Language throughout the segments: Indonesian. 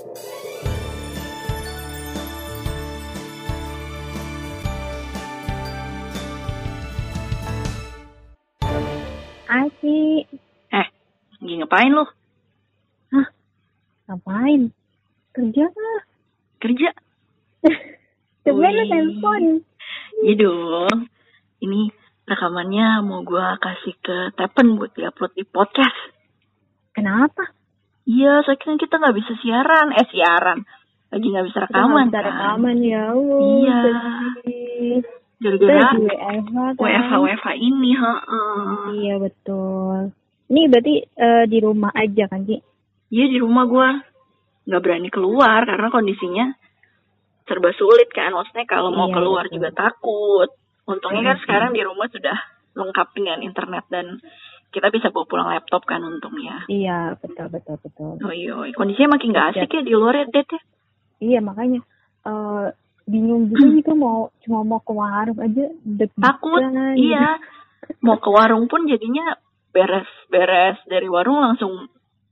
Asik. Lagi ngapain lu? Hah? Ngapain? Kerja kah? Kerja? Coba lu telepon. Iya dong. Ini rekamannya mau gua kasih ke Tepen buat diupload di podcast. Kenapa? Iya, soalnya kan kita nggak bisa siaran. Lagi nggak bisa rekaman. Kita rekaman ya. Iya. Gara-gara WFH ini, Iya betul. Ini berarti di rumah aja kan, Ci? Iya, di rumah gua. Nggak berani keluar karena kondisinya serba sulit kan. Maksudnya kalau mau keluar betul. juga takut. Untungnya kan sekarang di rumah sudah lengkap dengan internet dan kita bisa bawa pulang laptop kan untungnya. Iya, betul. Oh iya, kondisinya makin nggak asik ya di luar ya, Det ya? Iya, makanya bingung juga gitu cuma mau ke warung aja takut. Iya. Mau ke warung pun jadinya beres dari warung langsung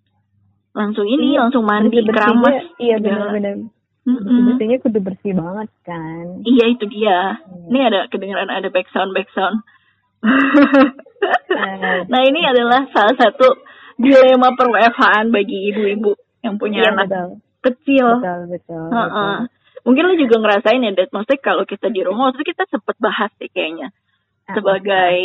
mandi keramas. Iya, benar-benar. Biasanya kudu bersih banget kan. Iya, itu dia. Ini ada kedengaran ada background. Nah, ini adalah salah satu dilema per-WFH-an bagi ibu-ibu yang punya anak kecil. Betul. Mungkin lu juga ngerasain ya, Det. Maksudnya kalau kita di rumah, waktu kita sempat bahas sih kayaknya. Sebagai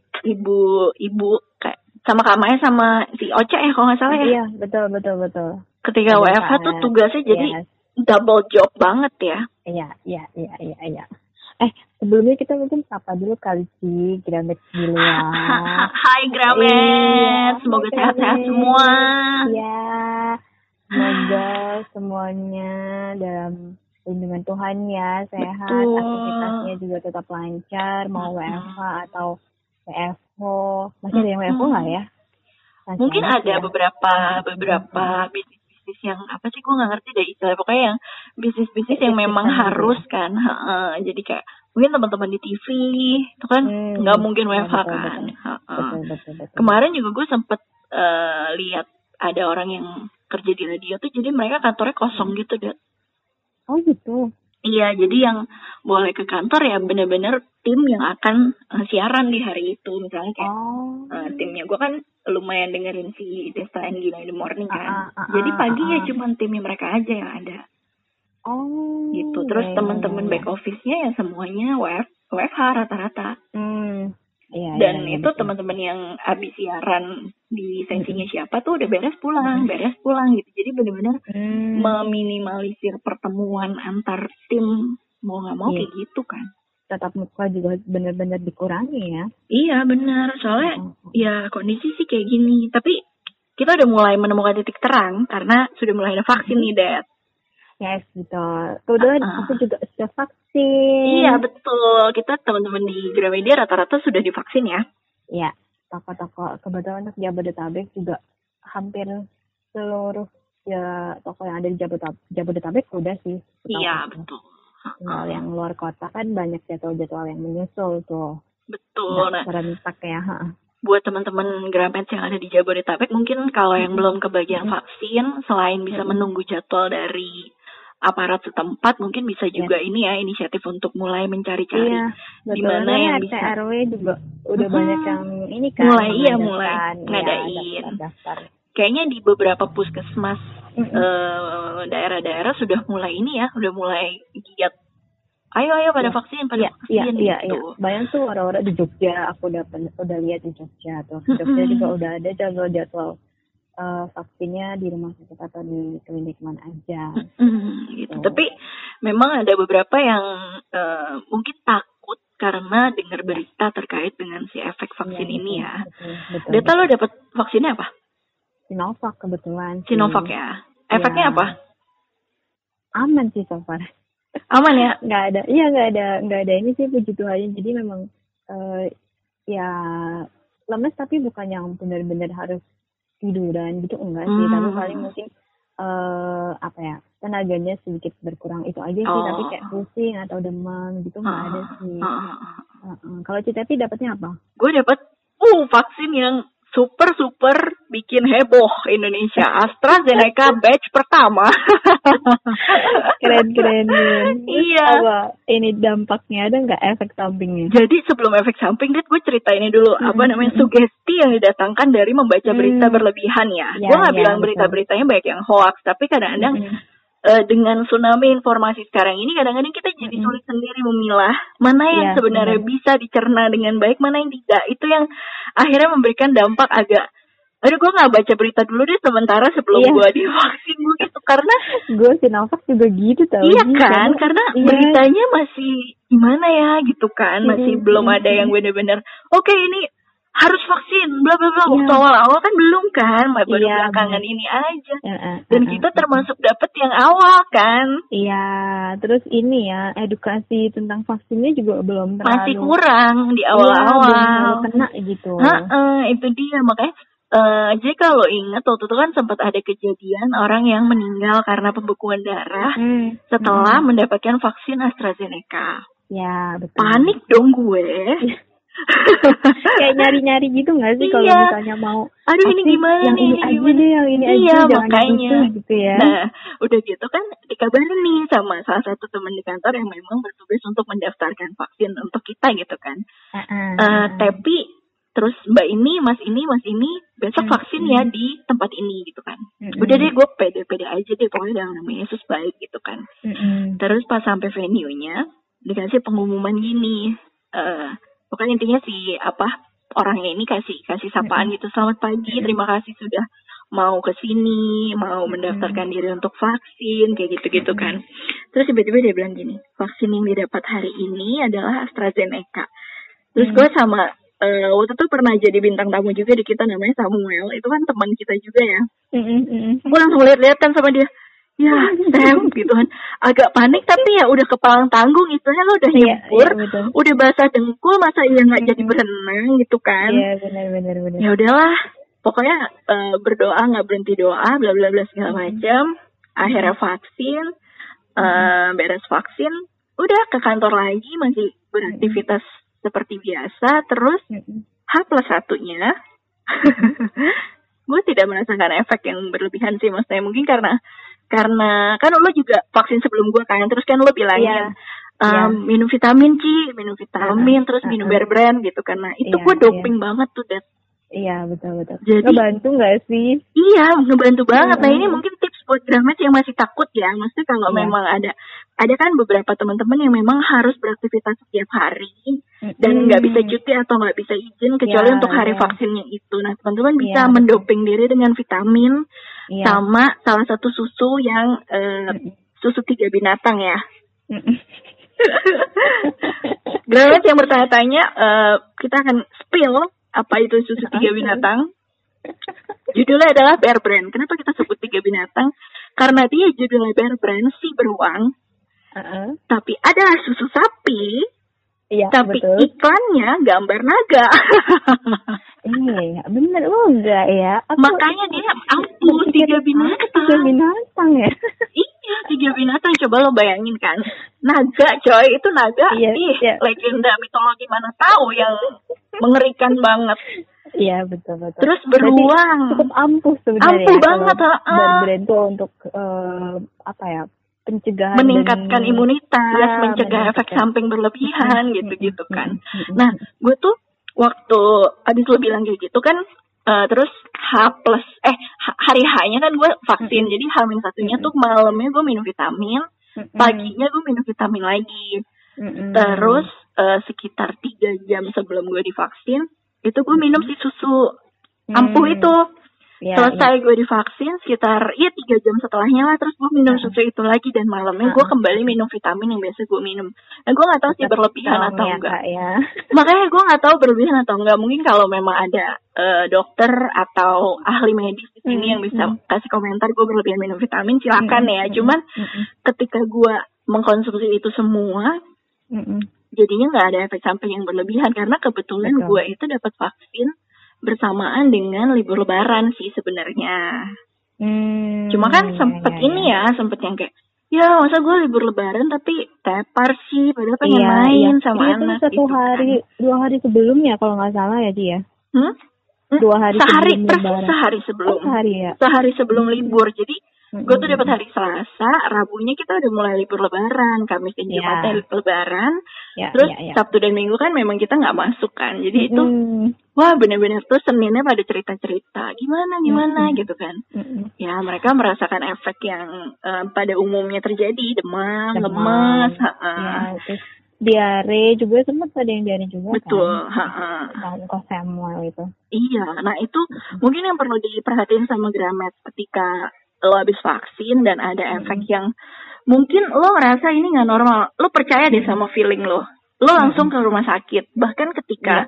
ibu kayak sama Kak Maya sama si Ocha ya kalau nggak salah ya. Iya, betul. Ketika WFH tuh tugasnya jadi double job banget ya. Iya. Sebelumnya kita mungkin sapa dulu kali sih, Gramet dulu ya. Hai Gramet, semoga sehat-sehat semua. Iya, semoga semuanya dalam lindungan Tuhan ya, sehat, aktivitasnya juga tetap lancar, mau WFH atau WFO. Masih ada yang WFO nggak ya? Mungkin ada beberapa bisnis yang apa sih, gue nggak ngerti deh istilah, pokoknya yang bisnis yang memang harus kan. Jadi kayak mungkin teman-teman di TV itu kan nggak mungkin WFH kan. Betul. Kemarin juga gue sempet lihat ada orang yang kerja di radio tuh, jadi mereka kantornya kosong gitu deh. Oh gitu. Iya, jadi yang boleh ke kantor ya benar-benar tim yang akan siaran di hari itu. Misalnya kayak timnya gue kan lumayan dengerin si Desta and Gina in the Morning kan. Jadi pagi ya cuman timnya mereka aja yang ada. Gitu. Terus teman-teman back office-nya ya semuanya WFH rata-rata. Dan itu betul. Teman-teman yang habis siaran di sesinya siapa tuh udah beres pulang gitu. Jadi benar-benar meminimalisir pertemuan antar tim, mau nggak mau kayak gitu kan. Tatap muka juga benar-benar dikurangi ya. Iya benar, soalnya ya kondisi sih kayak gini. Tapi kita udah mulai menemukan titik terang karena sudah mulai ada vaksin nih, Det. Yes, betul. Kebetulan aku juga sudah vaksin. Iya, betul. Kita teman-teman di Gramedia rata-rata sudah divaksin ya. Iya, toko-toko. Kebetulan untuk Jabodetabek juga hampir seluruh ya toko yang ada di Jabodetabek udah sih. Iya, betul. Kalau yang luar kota kan banyak jadwal-jadwal yang menyusul tuh. Betul. Nah, serentak ya. Buat teman-teman Gramet yang ada di Jabodetabek, mungkin kalau yang belum kebagian vaksin, selain bisa menunggu jadwal dari aparat setempat, mungkin bisa juga ini ya inisiatif untuk mulai mencari-cari di mana yang bisa. RT RW juga udah banyak yang ini kan mulai ngadain. Kayaknya di beberapa puskesmas daerah-daerah sudah mulai ini ya, udah mulai giat. Ayo pada vaksin, vaksin. Iya. Bayang tuh orang-orang di Jogja, aku udah lihat di Jogja tuh. Di Jogja juga udah ada jadwal vaksinnya di rumah sakit atau di klinik mana aja. Gitu. Tapi memang ada beberapa yang mungkin takut karena dengar berita terkait dengan si efek vaksin ini ya. Betul. Data lo dapat vaksinnya apa? Sinovac kebetulan. Sinovac ya. Efeknya apa? Aman sih so far. Aman ya? Nggak ada ini sih puji Tuhan. Jadi memang ya lemes tapi bukan yang benar-benar harus tiduran gitu enggak sih, tapi paling mungkin tenaganya sedikit berkurang itu aja sih, tapi kayak pusing atau demam gitu nggak ada sih. Kalau Citepi dapatnya apa? Gue dapat vaksin yang super bikin heboh Indonesia. AstraZeneca batch pertama. Keren. Iya. Apa ini dampaknya, ada nggak efek sampingnya? Jadi sebelum efek samping, gue cerita ini dulu. Apa namanya, sugesti yang didatangkan dari membaca berita berlebihan ya. Gue nggak bilang berita-beritanya banyak yang hoax, tapi kadang-kadang dengan tsunami informasi sekarang ini, kadang-kadang kita jadi sulit sendiri memilah mana yang sebenarnya bisa dicerna dengan baik, mana yang tidak. Itu yang akhirnya memberikan dampak agak, aduh gue nggak baca berita dulu deh sementara sebelum gue divaksin gue gitu, karena gue Sinovac juga gitu tau. Iya kan, karena beritanya masih gimana ya gitu kan, masih belum ada yang benar-benar oke, ini harus vaksin bla bla bla. Waktu awal-awal kan belum kan, baru belakangan ini aja. Dan kita termasuk dapet yang awal kan. Iya, terus ini ya, edukasi tentang vaksinnya juga belum terlalu, masih kurang di awal-awal. Belum terlalu kena gitu. Itu dia, makanya jadi kalau ingat waktu itu kan sempat ada kejadian orang yang meninggal karena pembekuan darah setelah mendapatkan vaksin AstraZeneca. Ya, betul. Panik dong gue. Kayak nyari-nyari gitu nggak sih kalau misalnya mau, aduh ini gimana yang nih, ini aja deh, yang ini aja, jangan makanya gitu ya. Nah udah gitu kan dikabarin nih sama salah satu teman di kantor yang memang bertugas untuk mendaftarkan vaksin untuk kita gitu kan. Tapi terus mbak ini mas ini besok vaksin ya di tempat ini gitu kan. Udah deh, gue pede aja deh, pokoknya dengan namanya Yesus baik gitu kan. Terus pas sampai venue-nya dikasih pengumuman gini, pokoknya intinya orangnya ini kasih sapaan gitu, selamat pagi, terima kasih sudah mau kesini, mau mendaftarkan diri untuk vaksin, kayak gitu kan. Terus tiba-tiba dia bilang gini, vaksin yang didapat hari ini adalah AstraZeneca. Terus gue sama waktu itu pernah jadi bintang tamu juga di kita, namanya Samuel, itu kan teman kita juga ya. Gue langsung lihat kan sama dia, ya Sam gitu kan, agak panik tapi ya udah kepalang tanggung, istilahnya lo udah nyempur, udah basah dengkul, masa iya nggak jadi berenang gitu kan. Benar. Ya udahlah, pokoknya berdoa nggak berhenti doa, bla bla bla segala macam. Akhirnya vaksin, beres vaksin, udah ke kantor lagi, masih beraktivitas seperti biasa. Terus H+1-nya gue tidak merasakan efek yang berlebihan sih, maksudnya mungkin karena kan lo juga vaksin sebelum gue kan, terus kan lo bilangin minum vitamin terus minum Bear Brand gitu kan. Nah itu gue doping banget tuh, Det. Iya, betul. Jadi ngebantu nggak sih? Iya, ngebantu banget. Nah ini mungkin tips buat Gramet yang masih takut ya. Maksudnya kalau memang ada kan beberapa teman-teman yang memang harus beraktivitas setiap hari dan nggak bisa cuti atau nggak bisa izin kecuali untuk hari vaksinnya itu. Nah teman-teman bisa mendoping diri dengan vitamin sama salah satu susu yang susu 3 binatang ya. Gramet yang bertanya-tanya, kita akan spill apa itu susu 3 binatang. Judulnya adalah Bear Brand. Kenapa kita sebut 3 binatang? Karena dia judulnya Bear Brand, si beruang. Tapi adalah susu sapi. Tapi betul. Iklannya gambar naga. Iya, bener enggak ya? Makanya dia ampuh 3 binatang. 3 binatang ya? Iya, 3 binatang. Coba lo bayangin kan. Naga coy, itu naga. Legenda mitologi mana tahu yang mengerikan banget. Iya, betul. Terus beruang. Cukup ampuh sebenarnya. Ampuh banget. Brand itu untuk pencegahan, meningkatkan imunitas, mencegah efek samping berlebihan gitu kan. Nah, gue tuh waktu abis lo bilang kayak gitu kan, terus hari H-nya kan gue vaksin. Jadi H-1-nya tuh malamnya gue minum vitamin, paginya gue minum vitamin lagi. Terus sekitar 3 jam sebelum gue divaksin, itu gue minum si susu ampuh itu. Selesai gue divaksin sekitar 3 jam setelahnya lah, terus gue minum susu itu lagi, dan malamnya gue kembali minum vitamin yang biasa gue minum. Nah gue nggak tahu sih berlebihan atau enggak. Makanya gue nggak tahu berlebihan atau enggak. Mungkin kalau memang ada dokter atau ahli medis di sini yang bisa kasih komentar gue berlebihan minum vitamin, silakan ya. Cuman ketika gue mengkonsumsi itu semua, jadinya nggak ada efek samping yang berlebihan, karena kebetulan gue itu dapat vaksin bersamaan dengan libur lebaran sih sebenarnya. Cuma kan sempet yang kayak, ya masa gue libur lebaran tapi tepar sih, padahal pengen main sama anak. Itu 2 hari sebelumnya kalau nggak salah ya dia. sehari sebelum. Sehari ya. Sehari sebelum libur. Jadi gue tuh dapat hari Selasa, Rabunya kita udah mulai libur Lebaran, Kamis dan Jumatnya Lebaran, terus Sabtu dan Minggu kan memang kita nggak masuk kan, jadi itu wah benar-benar tuh Seninnya pada cerita-cerita gimana gitu kan, ya mereka merasakan efek yang pada umumnya terjadi, demam. Lemas, terus diare juga, sempat ada yang diare juga. Betul, kan kosemol itu. Iya, nah itu mungkin yang perlu diperhatiin sama Gramet ketika lo habis vaksin dan ada efek yang mungkin lo ngerasa ini nggak normal, lo percaya deh sama feeling lo langsung ke rumah sakit. Bahkan ketika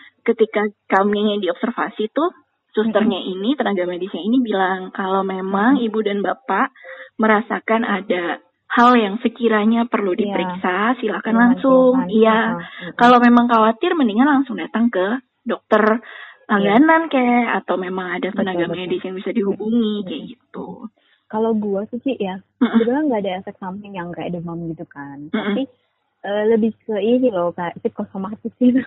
kami diobservasi tuh, susternya ini, tenaga medisnya ini bilang kalau memang ibu dan bapak merasakan ada hal yang sekiranya perlu diperiksa, silakan langsung. Iya, kalau memang khawatir mendingan langsung datang ke dokter langganan kayak, atau memang ada tenaga medis yang bisa dihubungi kayak gitu. Kalau gue sih ya, sebenarnya nggak ada efek samping yang kayak demam gitu kan, tapi lebih ke ini loh, kayak psikosomatis gitu.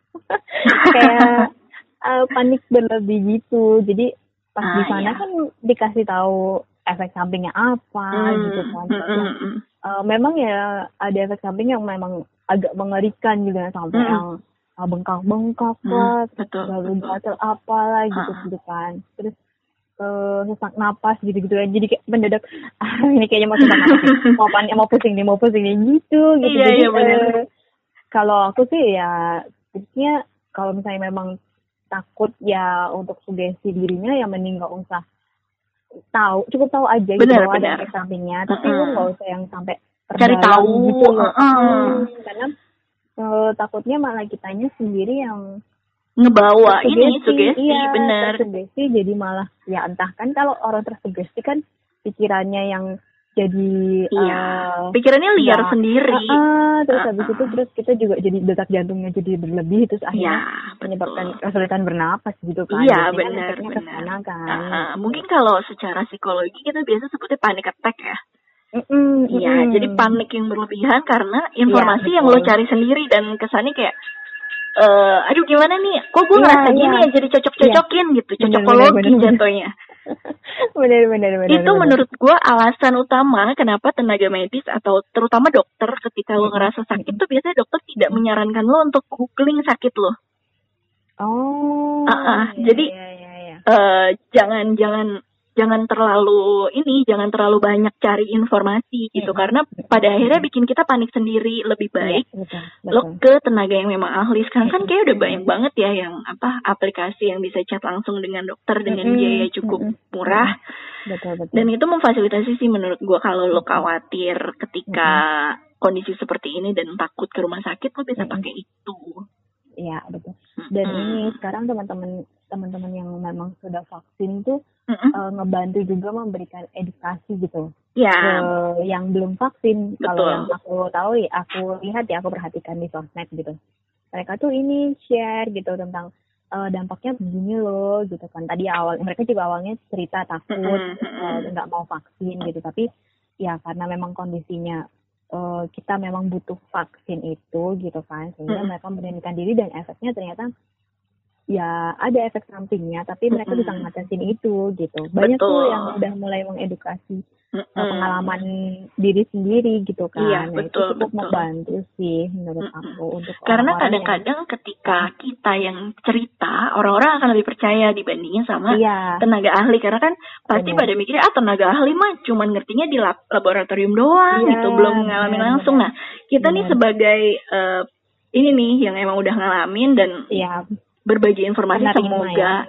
Kayak panik berlebih gitu. Jadi pas di sana kan dikasih tahu efek sampingnya apa gitu kan. Memang ya ada efek samping yang memang agak mengerikan juga, sampai yang bengkak-bengkak lah, lalu gatal apalah gitu kan. Terus sesak napas gitu-gitu ya. Jadi kayak mendadak ini kayaknya mau sesak napas, mau pusing nih gitu. Jadi kalau aku sih ya tipsnya, kalau misalnya memang takut ya untuk sugesti dirinya, ya mending nggak usah cukup tahu aja gitu bahwa ada efek sampingnya, tapi lu nggak usah yang sampai cari tahu gitu loh. Karena takutnya malah kitanya sendiri yang ngebawa ini sugesti, benar. Sugesti, jadi malah ya entah kan, kalau orang tersugesti kan pikirannya yang jadi pikirannya liar sendiri. Terus habis itu terus kita juga jadi detak jantungnya jadi berlebih, terus akhirnya menyebabkan kesulitan bernapas gitu kan. Iya, benar. Kan. Mungkin kalau secara psikologi kita biasa sebutnya panic attack ya. Iya, jadi panik yang berlebihan karena informasi yang lo cari sendiri dan kesannya kayak aduh gimana nih, kok gue ngerasa gini ya, jadi cocok-cocokin gitu, cocokologi jatuhnya. Benar. Itu menurut gue alasan utama kenapa tenaga medis atau terutama dokter ketika lo ngerasa sakit tuh biasanya dokter tidak menyarankan lo untuk googling sakit lo. Jadi jangan terlalu banyak cari informasi gitu, karena pada akhirnya bikin kita panik sendiri. Lebih baik lo ke tenaga yang memang ahli. Sekarang kan kayak udah banyak banget ya yang aplikasi yang bisa chat langsung dengan dokter dengan biaya cukup murah. Betul. Dan itu memfasilitasi sih menurut gue. Kalau lo khawatir ketika kondisi seperti ini dan takut ke rumah sakit, lo bisa pakai itu. Iya, betul. Dan ini sekarang teman-teman yang memang sudah vaksin tuh ngebantu juga memberikan edukasi gitu ke yang belum vaksin. Kalau yang aku tahu ya, aku lihat ya, aku perhatikan di sosmed gitu, mereka tuh ini share gitu tentang dampaknya begini loh gitu kan. Tadi mereka juga awalnya cerita takut nggak mau vaksin gitu, tapi ya karena memang kondisinya kita memang butuh vaksin itu gitu kan, sehingga mereka memberanikan diri, dan efeknya ternyata ya ada efek sampingnya, tapi mereka bisa ngatasin itu gitu. Banyak tuh yang udah mulai mengedukasi pengalaman diri sendiri gitu kan. Iya, itu cukup membantu sih menurut aku. Untuk karena kadang-kadang ketika kita yang cerita, orang-orang akan lebih percaya dibandingnya sama tenaga ahli, karena kan pasti pada mikirnya tenaga ahli mah cuman ngertinya di laboratorium doang gitu, belum ngalamin langsung. Nah, kita nih sebagai ini nih yang emang udah ngalamin dan berbagi informasi, semoga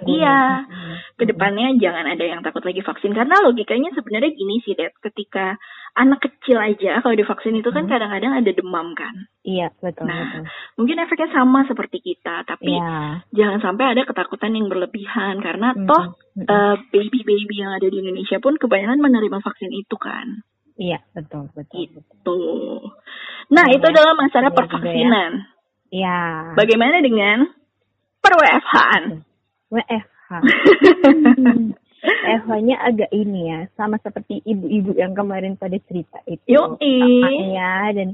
kedepannya jangan ada yang takut lagi vaksin. Karena logikanya sebenarnya gini sih, Det, ketika anak kecil aja kalau divaksin itu kan kadang-kadang ada demam kan. Iya, betul. Mungkin efeknya sama seperti kita, tapi jangan sampai ada ketakutan yang berlebihan, karena toh baby-baby yang ada di Indonesia pun kebanyakan menerima vaksin itu kan. Iya, betul. Itu. Nah, itu adalah masalah pervaksinan. Iya. Bagaimana dengan per-WFH-an? WFH. WFH-nya agak ini ya, sama seperti ibu-ibu yang kemarin pada cerita itu. Kakaknya dan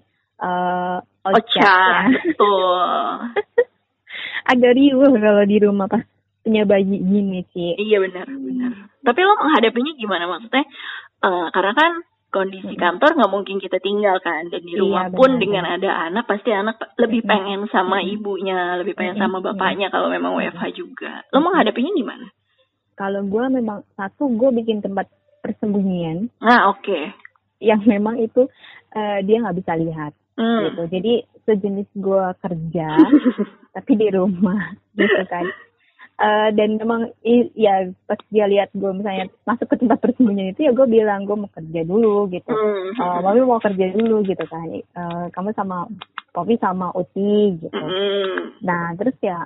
Ocha. Betul. Agak riuh kalau di rumah pas punya bayi gini sih. Iya benar. Tapi lo menghadapinya gimana, maksudnya? Karena kan kondisi kantor nggak mungkin kita tinggal kan, dan di rumah pun dengan ada anak pasti anak lebih pengen sama ibunya, lebih pengen sama bapaknya kalau memang WFH juga. Lo menghadapinya gimana? Kalau gue memang gue bikin tempat persembunyian. Oke. Yang memang itu dia nggak bisa lihat gitu. Jadi sejenis gue kerja tapi di rumah gitu kan. Dan memang ya pas dia lihat gue misalnya masuk ke tempat persembunyian itu, ya gue bilang gue mau kerja dulu gitu. Mami mau kerja dulu gitu kan. Kamu sama Poppy sama Uti gitu. Nah terus ya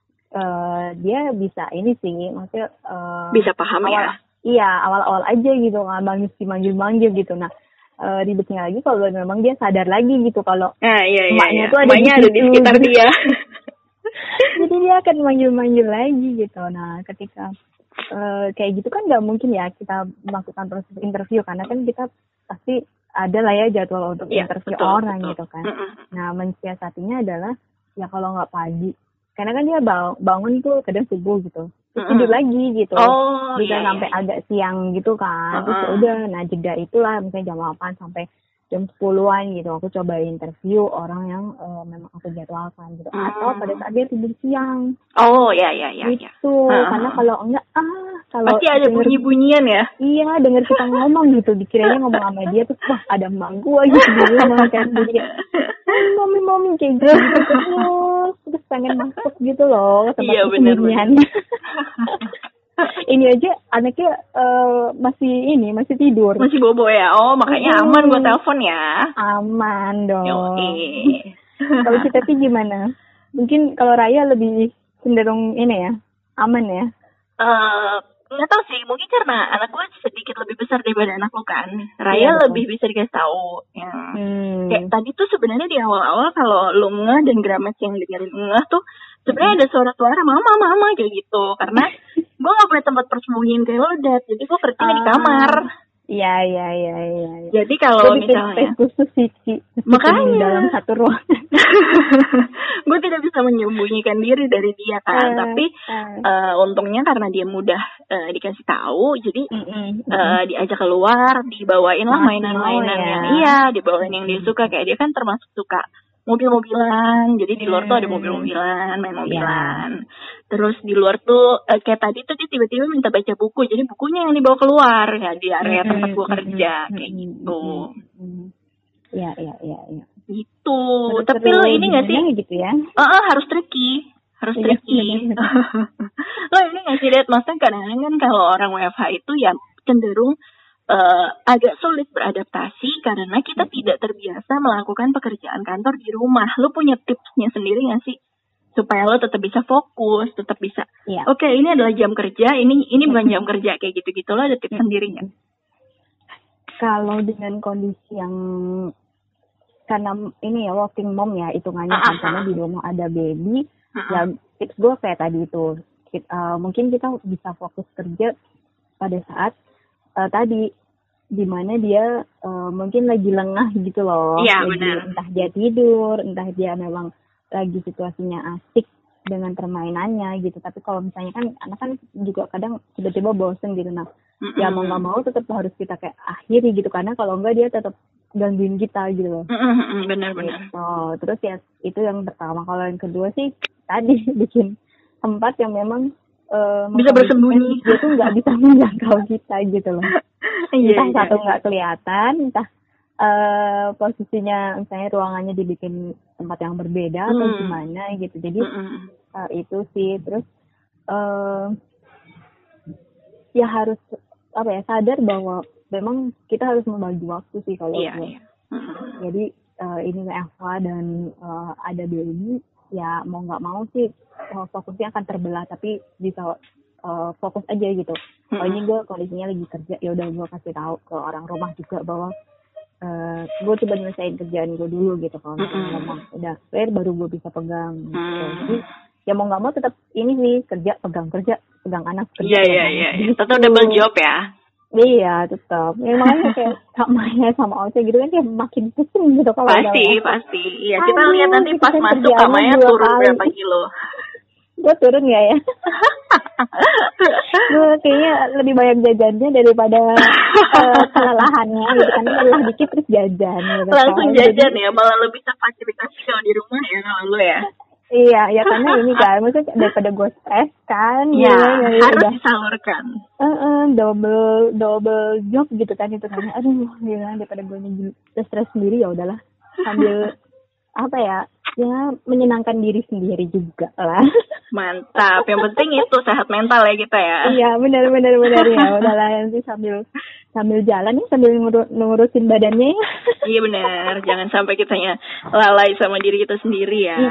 dia bisa ini sih, maksudnya bisa paham ya. Iya, awal-awal aja gitu, manggil gitu. Nah ribetnya lagi kalau memang dia sadar lagi gitu kalau emaknya tuh ada di sekitar dia. Jadi dia akan manggil lagi gitu. Nah ketika kayak gitu kan nggak mungkin ya kita melakukan proses interview, karena kan kita pasti ada lah ya jadwal untuk interview orang gitu kan. Nah mensiasatinya adalah ya kalau nggak pagi, karena kan dia bangun tuh kadang subuh gitu, terus tidur lagi gitu, bisa sampai agak siang gitu kan. Terus udah, nah jeda itulah misalnya jam 8 sampai jam 10-an gitu aku coba interview orang yang memang aku jadwalkan gitu. Atau pada saat dia tidur siang. Gitu. Karena kalau enggak kalau pasti ada bunyi-bunyian ya. Iya, denger kita ngomong gitu, dikiranya ngomong sama dia tuh wah ada emak gua gitu di rumah kan. Jadi mami kayak gitu terus pengen masuk gitu loh tempat persembunyian. Ini aja anaknya masih tidur. Masih bobo ya? Makanya aman gue telepon ya. Aman dong. Kalau kita sih gimana? Mungkin kalau Raya lebih cenderung ini ya, aman ya? Nggak tahu sih, mungkin karena anak gue sedikit lebih besar daripada anak lo kan. Raya lebih bisa dikasih tahu. Kayak tadi tuh sebenarnya di awal-awal kalau lo ngeh dan Gramet yang dengerin ngeh tuh sebenarnya ada suara-suara mama kayak gitu. Karena gue gak punya tempat persembunyian kayak lo, Dad. Jadi gue kerja di kamar. Iya. Jadi kalau misalnya khusus sih makanya dalam satu ruangan. Gue tidak bisa menyembunyikan diri dari dia kan. Tapi untungnya karena dia mudah dikasih tahu, jadi diajak keluar, dibawain lah mainan-mainan yang dibawain yang dia suka. Kayak dia kan termasuk suka mobil-mobilan, jadi di luar tuh ada mobil-mobilan, main mobilan. Terus di luar tuh kayak tadi tuh dia tiba-tiba minta baca buku, jadi bukunya yang dibawa keluar ya di area tempat gua kerja kayak gitu. Iya. Gitu. Tapi lo ini nggak sih? Gitu ya? Harus tricky. Lo ini nggak sih, Dad? Maksudnya kadang-kadang kan kalau orang WFH itu ya cenderung agak sulit beradaptasi karena kita tidak terbiasa melakukan pekerjaan kantor di rumah. Lo punya tipsnya sendiri nggak sih supaya lo tetap bisa fokus, tetap bisa oke, ini adalah jam kerja, ini bukan jam kerja kayak gitu-gitu. Lo ada tips sendiri nggak? Kalau dengan kondisi yang karena ini ya working mom ya hitungannya kan, karena di rumah ada baby, ya tips gue kayak tadi itu mungkin kita bisa fokus kerja pada saat tadi dimana dia mungkin lagi lengah gitu loh. Iya benar. Entah dia tidur, entah dia memang lagi situasinya asik dengan permainannya gitu. Tapi kalau misalnya kan anak kan juga kadang tiba-tiba bosen gitu. Nah ya mau nggak mau tetap harus kita kayak akhiri gitu, karena kalau enggak dia tetap gangguin kita gitu loh. Benar. Gitu. Terus ya itu yang pertama. Kalau yang kedua sih tadi bikin tempat yang memang bisa bersembunyi. Dia tuh nggak bisa menjangkau kita gitu loh. Entah satu nggak kelihatan, entah posisinya misalnya ruangannya dibikin tempat yang berbeda atau gimana gitu. Jadi itu sih. Terus ya harus sadar bahwa memang kita harus membagi waktu sih kalau jadi ini Eva dan ada baby, ya mau nggak mau sih fokusnya akan terbelah, tapi bisa fokus aja gitu. Kalau ini gue kondisinya lagi kerja, ya udah gue kasih tahu ke orang rumah juga bahwa gue coba nyelesain kerjaan gue dulu gitu. Kalau ngomong udah clear baru gue bisa pegang gitu. Jadi ya mau nggak mau tetap ini sih, pegang anak kerja. Iya. Tetap double job ya. Iya tetap. Ya, makanya kayak sama Oce gitu kan kayak makin pusing gitu kalau pasti. Iya, kita lihat nanti pas masuk Kamaya turun berapa kilo. Gue turun nggak ya? Gue kayaknya lebih banyak jajannya daripada kelelahannya gitu kan, lelah dikit terus jajan gitu. Langsung jajan ya, malah lebih terfasilitasi kalau di rumah ya kalau lu ya. Iya, ya karena ini kan, maksudnya daripada gue stres kan, ya harus udah disalurkan. Double job gitu kan, itu kan. Aduh, gila, daripada gue stres sendiri ya udahlah, sambil apa ya menyenangkan diri sendiri juga lah. Mantap, yang penting itu sehat mental ya kita ya. Iya, benar ya, udahlah nanti sambil jalan ya, sambil ngurusin badannya ya. Iya benar, jangan sampai kitanya lalai sama diri kita sendiri ya.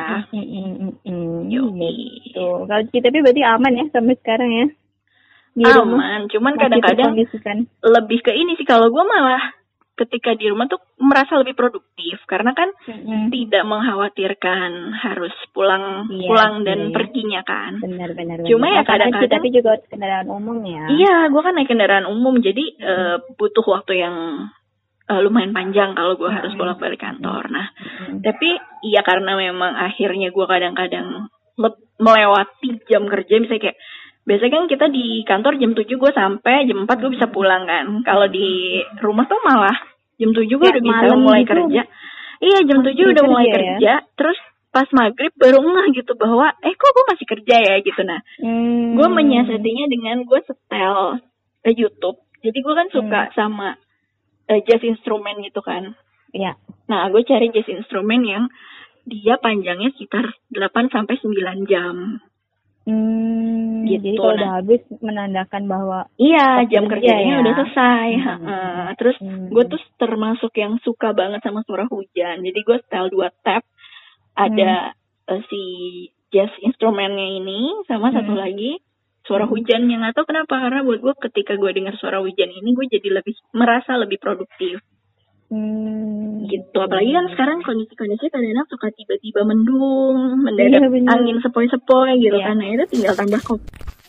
Gitu. Kalau kita tapi berarti aman ya sampai sekarang ya. Aman, cuman kadang-kadang lebih ke ini sih, kalau gue malah ketika di rumah tuh merasa lebih produktif karena kan tidak mengkhawatirkan harus pulang dan perginya kan. Benar. Cuma ya kadang-kadang tapi juga kendaraan umum ya. Iya, gue kan naik kendaraan umum jadi butuh waktu yang lumayan panjang kalau gue harus bolak-balik kantor. Nah, tapi iya karena memang akhirnya gue kadang-kadang melewati jam kerja, misalnya kayak biasanya kan kita di kantor jam 7 gue sampai jam 4 gue bisa pulang kan. Kalau di rumah tuh malah jam 7 gue udah bisa mulai gitu kerja. Iya, jam 7 udah mulai kerja, terus pas maghrib baru ngeh gitu bahwa kok gue masih kerja ya gitu. Nah, gue menyiasatinya dengan gue setel YouTube. Jadi gue kan suka sama jazz instrumen gitu kan. Iya. Nah, gue cari jazz instrumen yang dia panjangnya sekitar 8-9 jam. Gitu. Jadi kalau udah habis menandakan bahwa jam kerjanya udah selesai. Terus gue tuh termasuk yang suka banget sama suara hujan. Jadi gue setel 2 tab. Ada si jazz instrumennya ini sama satu lagi suara hujan yang nggak tahu kenapa, karena buat gue ketika gue dengar suara hujan ini gue jadi merasa lebih produktif. Gitu. Apalagi kan sekarang kondisi kadang-kadang suka tiba-tiba mendung, mendadak angin sepoi-sepoi gitu kan. Nah, itu tinggal tambah kopi.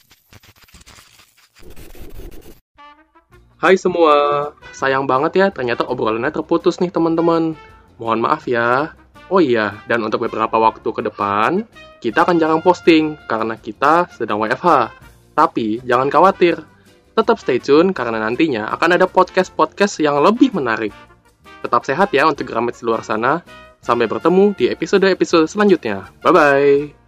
Hai semua, sayang banget ya ternyata obrolannya terputus nih teman-teman. Mohon maaf ya. Oh iya, dan untuk beberapa waktu ke depan, kita akan jarang posting karena kita sedang WFH. Tapi jangan khawatir, tetap stay tune karena nantinya akan ada podcast-podcast yang lebih menarik. Tetap sehat ya untuk Gramets di luar sana. Sampai bertemu di episode-episode selanjutnya. Bye-bye.